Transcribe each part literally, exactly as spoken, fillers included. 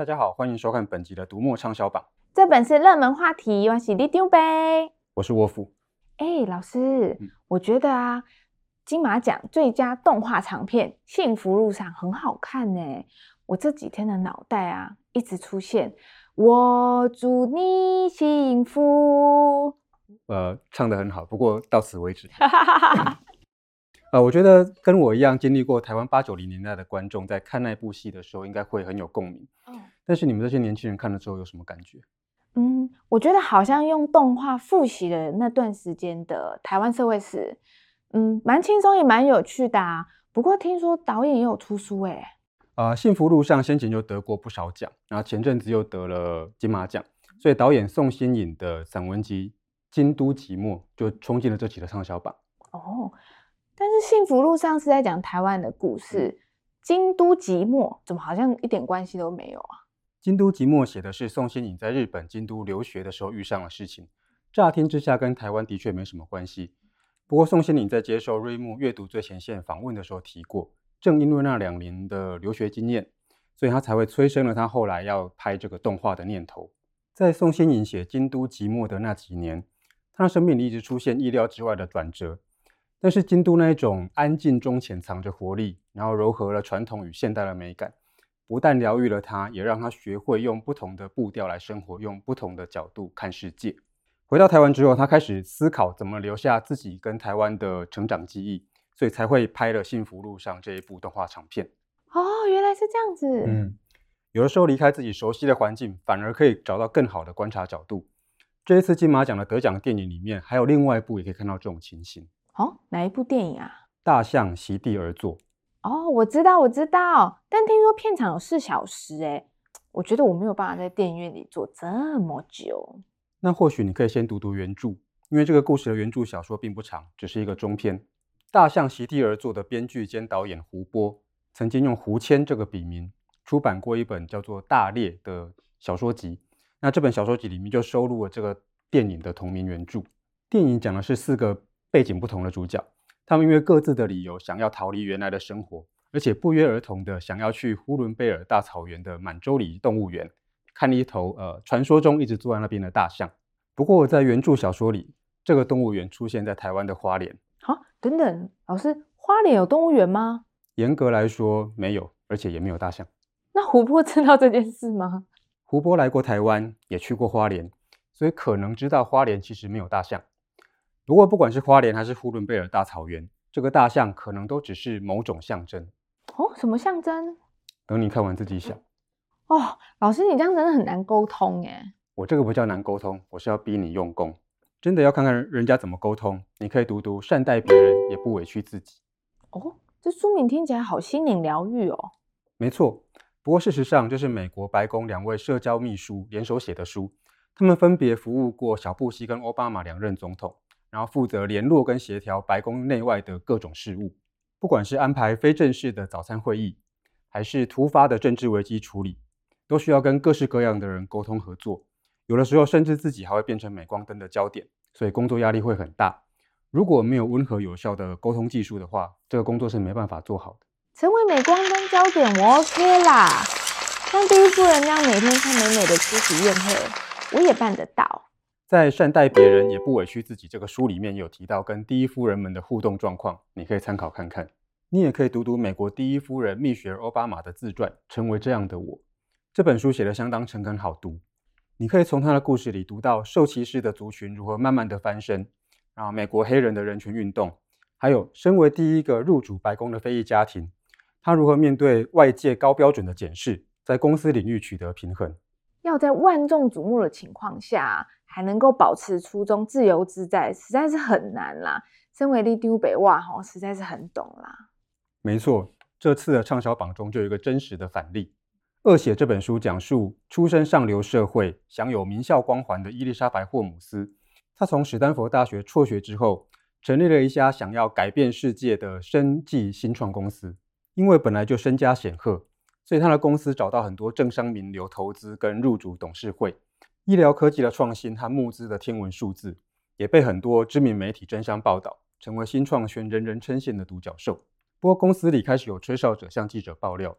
家好，欢迎收看本集的读墨畅销榜。 这本是热门话题，我是李丢呗。 我是沃夫。 哎，老师、 嗯， 我觉得啊，金马奖最佳动画长片《幸福路上》很好看呢。我这几天的脑袋啊，一直出现我祝你幸福。 呃，唱得很好，不过到此为止。呃，我觉得跟我一样经历过台湾八九零年代的观众，在看那部戏的时候，应该会很有共鸣。 哦， 但是你们这些年轻人看了之后有什么感觉？ 嗯，我觉得好像用动画复习了那段时间的台湾社会史，嗯，蛮轻松也蛮有趣的啊。不过听说导演也有出书哎。 呃，幸福路上先前就得过不少奖，然后前阵子又得了金马奖，所以导演宋欣颖的散文集《京都寂寞》就冲进了这期的畅销榜。 哦，但是幸福路上是在讲台湾的故事，京都寂寞怎么好像一点关系都没有啊？ 京都寂寞写的是宋欣颖在日本京都留学的时候遇上的事情，乍听之下跟台湾的确没什么关系。不过宋欣颖在接受瑞木阅读最前线访问的时候提过，正因为那两年的留学经验，所以他才会催生了他后来要拍这个动画的念头。在宋欣颖写京都寂寞的那几年，他的生命里一直出现意料之外的转折，但是京都那一种安静中潜藏着活力，然后糅合了传统与现代的美感，不但疗愈了他，也让他学会用不同的步调来生活，用不同的角度看世界。回到台湾之后，他开始思考怎么留下自己跟台湾的成长记忆，所以才会拍了《幸福路上》这一部动画长片。 哦，原来是这样子。 嗯，有的时候离开自己熟悉的环境，反而可以找到更好的观察角度。这一次金马奖的得奖电影里面，还有另外一部也可以看到这种情形。 哦，哪一部电影啊？ 大象席地而坐。 哦，我知道，我知道，但听说片长有四小时，哎，我觉得我没有办法在电影院里坐这么久。 那或许你可以先读读原著，因为这个故事的原著小说并不长，只是一个中篇。大象席地而坐的编剧兼导演胡波，曾经用胡谦这个笔名出版过一本叫做《大猎》的小说集。那这本小说集里面就收录了这个电影的同名原著。电影讲的是四个背景不同的主角，他们因为各自的理由想要逃离原来的生活，而且不约而同的想要去呼伦贝尔大草原的满洲里动物园看一头呃传说中一直坐在那边的大象。不过在原著小说里，这个动物园出现在台湾的花莲。 好，等等，老师，花莲有动物园吗？ 严格来说没有，而且也没有大象。 那胡波知道这件事吗？ 胡波来过台湾，也去过花莲，所以可能知道花莲其实没有大象。不过不管是花莲还是呼伦贝尔大草原，这个大象可能都只是某种象征。 哦，什么象征？ 等你看完自己想。 哦，老师，你这样真的很难沟通耶。 我这个不叫难沟通，我是要逼你用功。真的要看看人家怎么沟通，你可以读读善待别人，也不委屈自己。 哦，这书名听起来好心灵疗愈哦。 没错，不过事实上这是美国白宫两位社交秘书联手写的书，他们分别服务过小布希跟奥巴马两任总统，然后负责联络跟协调白宫内外的各种事务，不管是安排非正式的早餐会议，还是突发的政治危机处理，都需要跟各式各样的人沟通合作，有的时候甚至自己还会变成镁光灯的焦点，所以工作压力会很大。如果没有温和有效的沟通技术的话，这个工作是没办法做好的。 成为镁光灯焦点我 OK 啦，像第一夫人那样每天看美美的出席宴会，我也办得到。 在善待别人也不委屈自己这个书里面有提到跟第一夫人们的互动状况，你可以参考看看。你也可以读读美国第一夫人蜜雪儿奥巴马的自传《成为这样的我》，这本书写得相当诚恳好读。你可以从她的故事里读到受歧视的族群如何慢慢的翻身，然后美国黑人的人权运动，还有身为第一个入主白宫的非裔家庭，他如何面对外界高标准的检视，在公司领域取得平衡。 要在万众瞩目的情况下，还能够保持初衷、自由自在，实在是很难啦。身为李丢北哇，实在是很懂啦。 没错，这次的畅销榜中就有一个真实的反例。恶血这本书讲述出身上流社会、享有名校光环的伊丽莎白·霍姆斯，她从史丹佛大学辍学之后，成立了一家想要改变世界的生技新创公司。因为本来就身家显赫，所以他的公司找到很多政商名流投资跟入主董事会。医疗科技的创新和募资的天文数字，也被很多知名媒体争相报道，成为新创圈人人称羡的独角兽。不过公司里开始有吹哨者向记者爆料，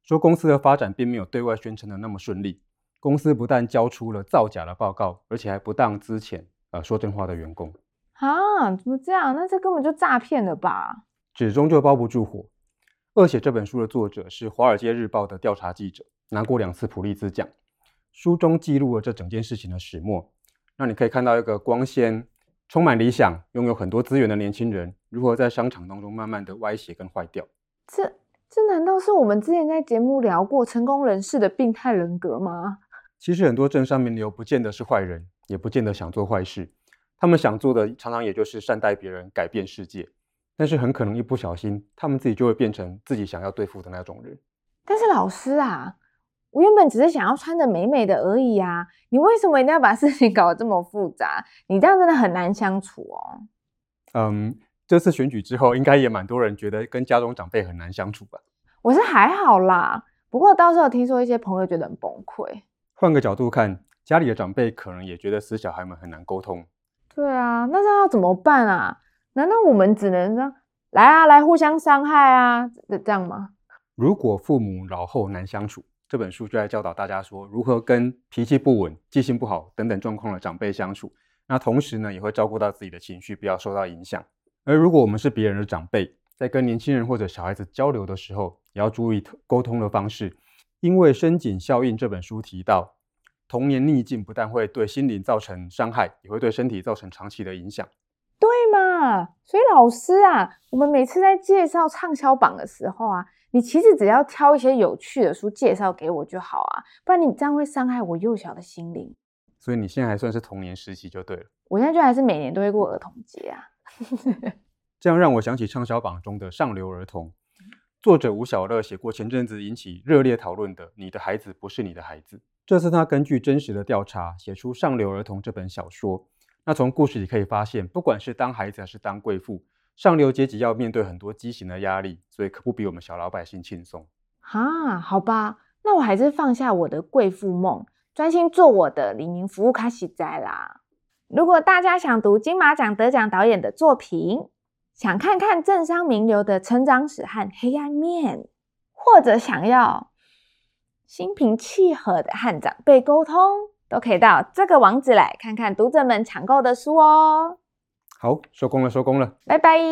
说公司的发展并没有对外宣称的那么顺利，公司不但交出了造假的报告，而且还不当资遣呃说真话的员工。 啊，怎么这样？那这根本就诈骗了吧？ 纸终究包不住火。恶血这本书的作者是《华尔街日报》的调查记者，拿过两次普利兹奖。书中记录了这整件事情的始末，让你可以看到一个光鲜、充满理想、拥有很多资源的年轻人，如何在商场当中慢慢的歪斜跟坏掉。 这这难道是我们之前在节目聊过成功人士的病态人格吗？ 其实很多政商名流不见得是坏人，也不见得想做坏事，他们想做的常常也就是善待别人、改变世界，但是很可能一不小心，他们自己就会变成自己想要对付的那种人。 但是老师啊，我原本只是想要穿得美美的而已啊，你为什么一定要把事情搞得这么复杂？你这样真的很难相处哦。 嗯，这次选举之后，应该也蛮多人觉得跟家中长辈很难相处吧？ 我是还好啦，不过到时候听说一些朋友觉得很崩溃。 换个角度看，家里的长辈可能也觉得死小孩们很难沟通。 对啊，那这样要怎么办啊？难道我们只能这样来啊，来互相伤害啊，这样吗？ 如果父母老后难相处，这本书就在教导大家说如何跟脾气不稳、记性不好等等状况的长辈相处。那同时呢，也会照顾到自己的情绪，不要受到影响。而如果我们是别人的长辈，在跟年轻人或者小孩子交流的时候，也要注意沟通的方式。因为深井效应这本书提到，童年逆境不但会对心灵造成伤害，也会对身体造成长期的影响。 对嘛？所以老师啊，我们每次在介绍畅销榜的时候啊，你其实只要挑一些有趣的书介绍给我就好啊，不然你这样会伤害我幼小的心灵。 所以你现在还算是童年时期就对了。 我现在就还是每年都会过儿童节啊。 这样让我想起畅销榜中的上流儿童，作者吴晓乐写过前阵子引起热烈讨论的《你的孩子不是你的孩子》。这次他根据真实的调查写出《上流儿童》这本小说。那从故事里可以发现，不管是当孩子还是当贵妇，上流阶级要面对很多畸形的压力，所以可不比我们小老百姓轻松。 啊，好吧，那我还是放下我的贵妇梦，专心做我的黎明服务卡西在啦。如果大家想读金马奖得奖导演的作品，想看看政商名流的成长史和黑暗面，或者想要心平气和的和长辈沟通，都可以到这个网址来看看读者们抢购的书哦。 好，收工了，收工了， 拜拜。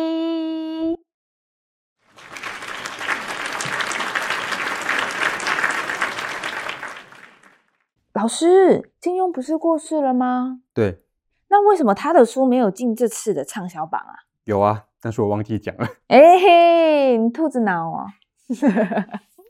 老师，金庸不是过世了吗？ 对， 那为什么他的书没有进这次的畅销榜啊？ 有啊，但是我忘记讲了。 哎嘿，你兔子脑哦。